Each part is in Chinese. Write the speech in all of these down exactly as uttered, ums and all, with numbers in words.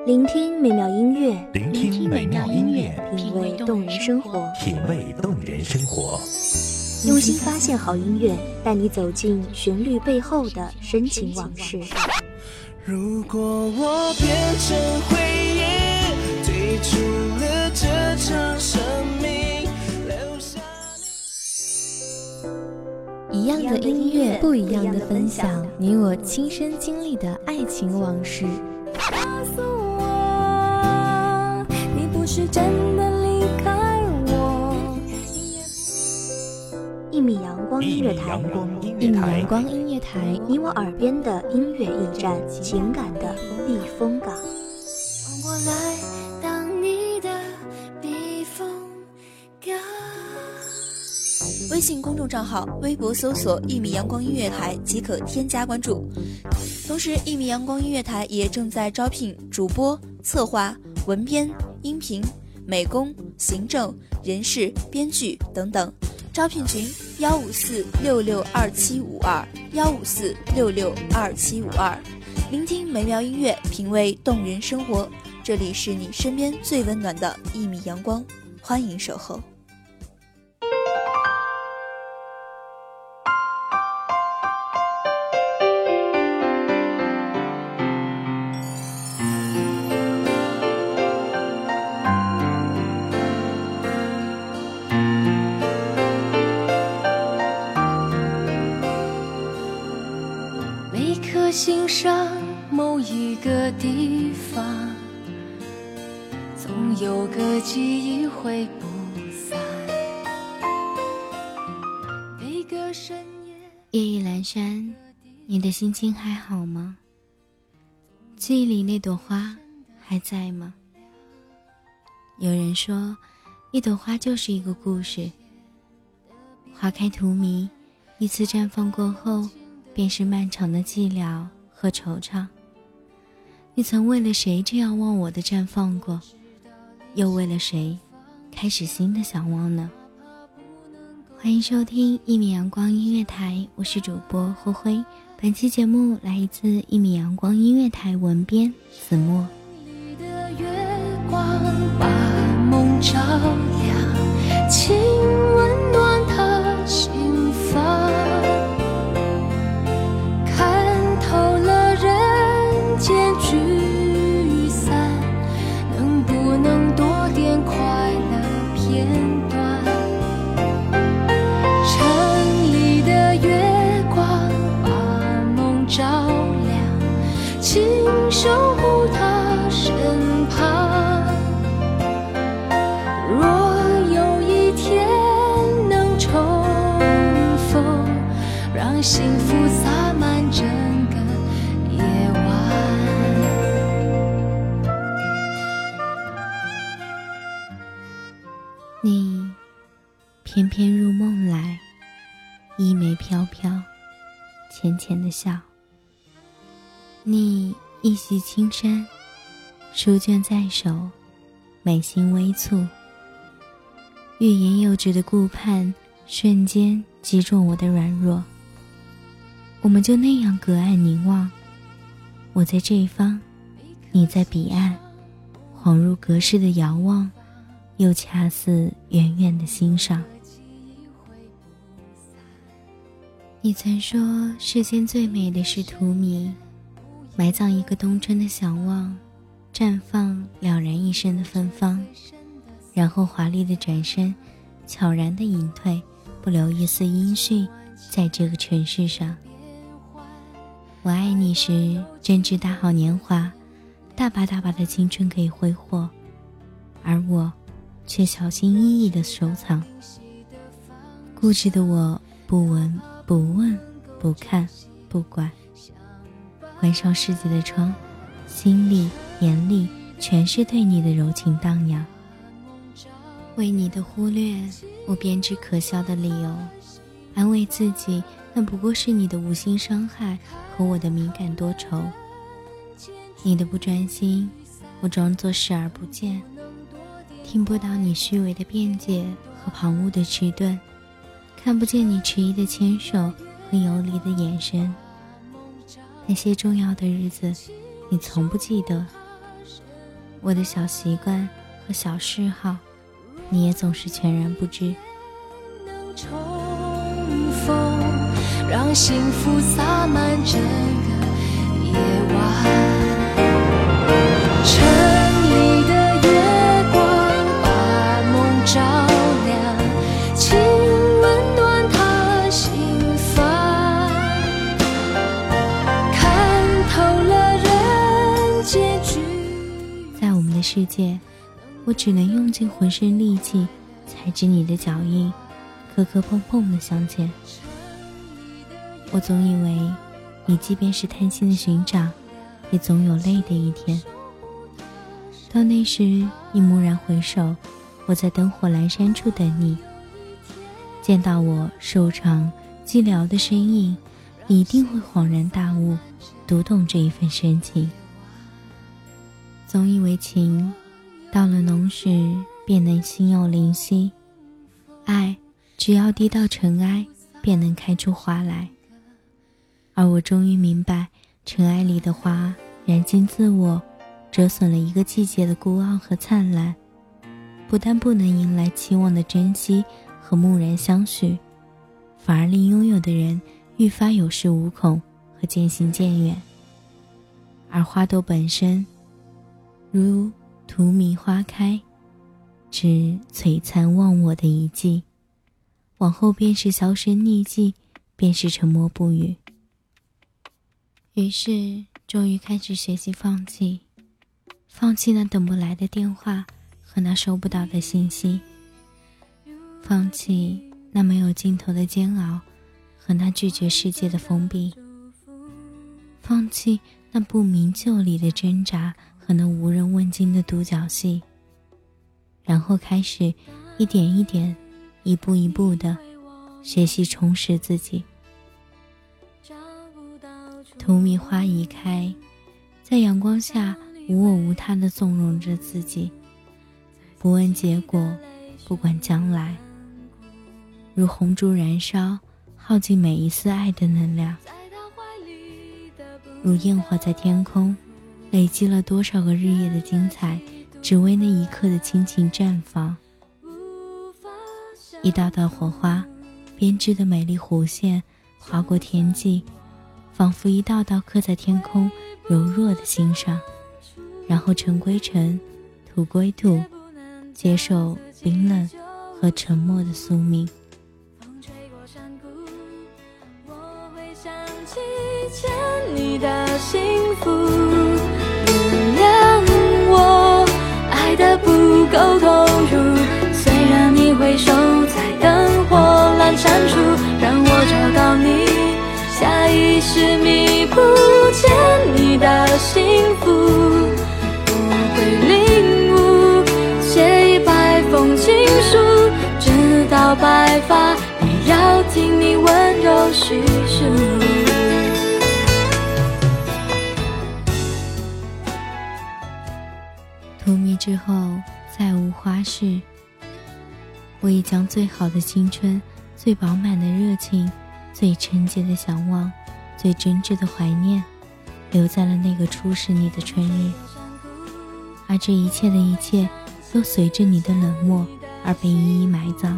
聆听美妙音乐， 聆听美妙音乐， 品味动人生活， 品味动人生活。 用心发现好音乐，带你走进旋律背后的深情往事。 如果我变成回忆，退出了这场生命，留下一样的音乐，不一样的分享，你我亲身经历的爱情往事。 告诉我，你不是真的离开我。 一米阳光音乐台， 一米阳光音乐台， 你我耳边的音乐驿站，情感的避风港。 让我来当你的避风港。 微信公众账号、微博搜索“一米阳光音乐台”即可添加关注。同时，一米阳光音乐台也正在招聘主播、策划、文编、音频、美工、行政、人事、编剧等等。招聘群：幺五四六六二七五二幺五四六六二七五二。聆听美妙音乐，品味动人生活。这里是你身边最温暖的一米阳光，欢迎守候。 心上某一个地方，总有个记忆会不散。每个深夜， 夜已阑珊，你的心情还好吗？记忆里那朵花还在吗？有人说，一朵花就是一个故事，花开荼蘼，一次绽放过后，便是漫长的寂寥和惆怅。你曾为了谁这样忘我的绽放过，又为了谁开始新的想忘呢？欢迎收听一米阳光音乐台，我是主播霍辉。本期节目来自一米阳光音乐台文编子墨。 你的月光把梦照亮，请温暖他心房。聚散能不能多点快乐片段？城里的月光把梦照亮，请守护他身旁。若有一天能重逢，让幸福洒满整个夜晚。 你翩翩入梦来，衣袂飘飘，浅浅的笑。你一袭青衫，书卷在手，眉心微蹙。欲言又止的顾盼，瞬间击中我的软弱。我们就那样隔岸凝望，我在这一方，你在彼岸，恍如隔世的遥望，又恰似远远的欣赏。你曾说世间最美的是荼蘼，埋葬一个冬春的想望，绽放了然一生的芬芳，然后华丽的转身，悄然的隐退，不留一丝音讯在这个尘世上。我爱你时正值大好年华，大把大把的青春可以挥霍，而我却小心翼翼地收藏。固执的我，不闻不问不看不管，关上世界的窗，心里眼里全是对你的柔情荡漾。为你的忽略，我编织可笑的理由，安慰自己那不过是你的无心伤害和我的敏感多愁。你的不专心，我装作视而不见，听不到你虚伪的辩解和旁骛的迟钝，看不见你迟疑的牵手和游离的眼神。那些重要的日子，你从不记得， 我的小习惯和小嗜好，你也总是全然不知。 能重逢，让幸福洒满整个夜晚。城里的月光把梦照亮，请温暖他心房。看透了人结局， 在我们的世界，我只能用尽浑身力气踩着你的脚印，磕磕碰碰地向前。我总以为你即便是贪心的寻找，也总有累的一天。到那时一蓦然回首，我在灯火阑珊处等你，见到我瘦长寂寥的身影，你一定会恍然大悟，读懂这一份深情。总以为情到了浓时便能心有灵犀，爱只要滴到尘埃便能开出花来。而我终于明白，尘埃里的花燃尽自我，折损了一个季节的孤傲和灿烂，不但不能迎来期望的珍惜和蓦然相许，反而令拥有的人愈发有恃无恐和渐行渐远。而花朵本身如荼蘼花开，只璀璨忘我的一季，往后便是销声匿迹，便是沉默不语。于是终于开始学习放弃，放弃那等不来的电话和那收不到的信息，放弃那没有尽头的煎熬和那拒绝世界的封闭，放弃那不明就里的挣扎和那无人问津的独角戏，然后开始一点一点一步一步地学习充实自己。荼蘼花一开，在阳光下无我无他地纵容着自己，不问结果，不管将来，如红烛燃烧，耗尽每一丝爱的能量，如焰火在天空，累积了多少个日夜的精彩，只为那一刻的倾情绽放。一道道火花编织的美丽弧线划过天际，仿佛一道道刻在天空柔弱的心上，然后尘归尘，土归土，接受冰冷和沉默的宿命。 风吹过山谷，我会想起欠你的幸福，原谅我爱得不够投入，虽然你回首在灯火阑珊处，让我找到你，下意识弥补欠你的幸福。我会领悟写一百封情书，直到白发也要听你温柔叙述。 荼蘼之后再无花事，我已将最好的青春，最饱满的热情，最纯洁的想望，最真挚的怀念，留在了那个初识你的春日。而这一切的一切都随着你的冷漠而被一一埋葬。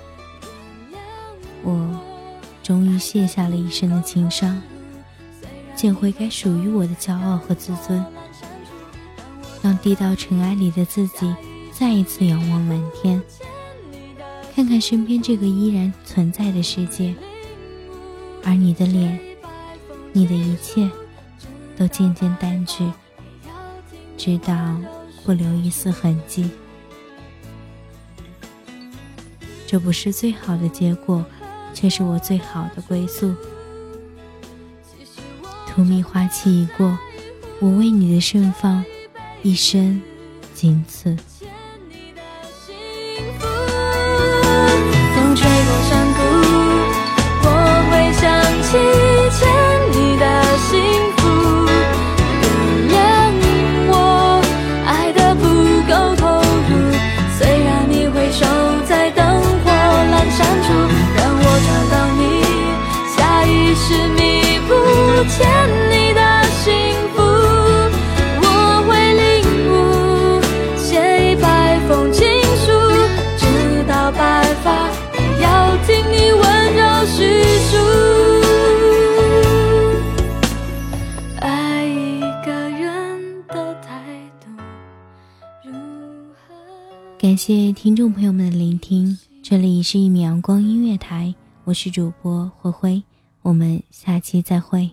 我终于卸下了一身的情伤，捡回该属于我的骄傲和自尊，让低到尘埃里的自己再一次仰望蓝天，看看身边这个依然存在的世界，而你的脸，你的一切都渐渐淡去，直到不留一丝痕迹。这不是最好的结果，却是我最好的归宿。荼蘼花期已过，我为你的盛放一生仅此。 风吹过山谷，我会想起欠你的幸福，原谅我爱得不够投入，虽然你回首在灯火阑珊处，让我找到你，下意识弥补欠你的幸福。我会领悟感谢听众朋友们的聆听，这里是一米阳光音乐台，我是主播慧慧，我们下期再会。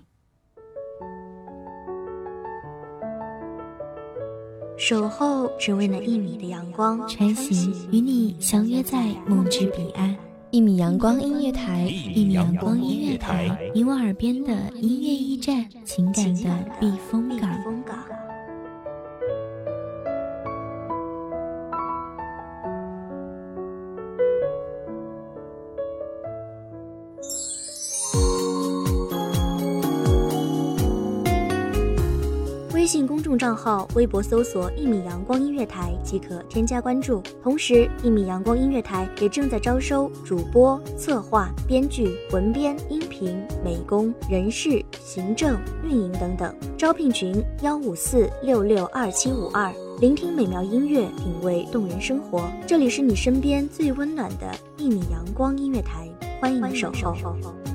守候只为那一米的阳光， 穿行与你相约在梦之彼岸。 一米阳光音乐台， 一米阳光音乐台，你我耳边的音乐驿站，情感的避风港。 微信公众账号、微博搜索一米阳光音乐台即可添加关注。同时，一米阳光音乐台也正在招收主播、策划、编剧、文编、音频、美工、人事、行政、运营等等。招聘群：幺五四六六二七五二。聆听美妙音乐，品味动人生活。这里是你身边最温暖的一米阳光音乐台，欢迎你守候。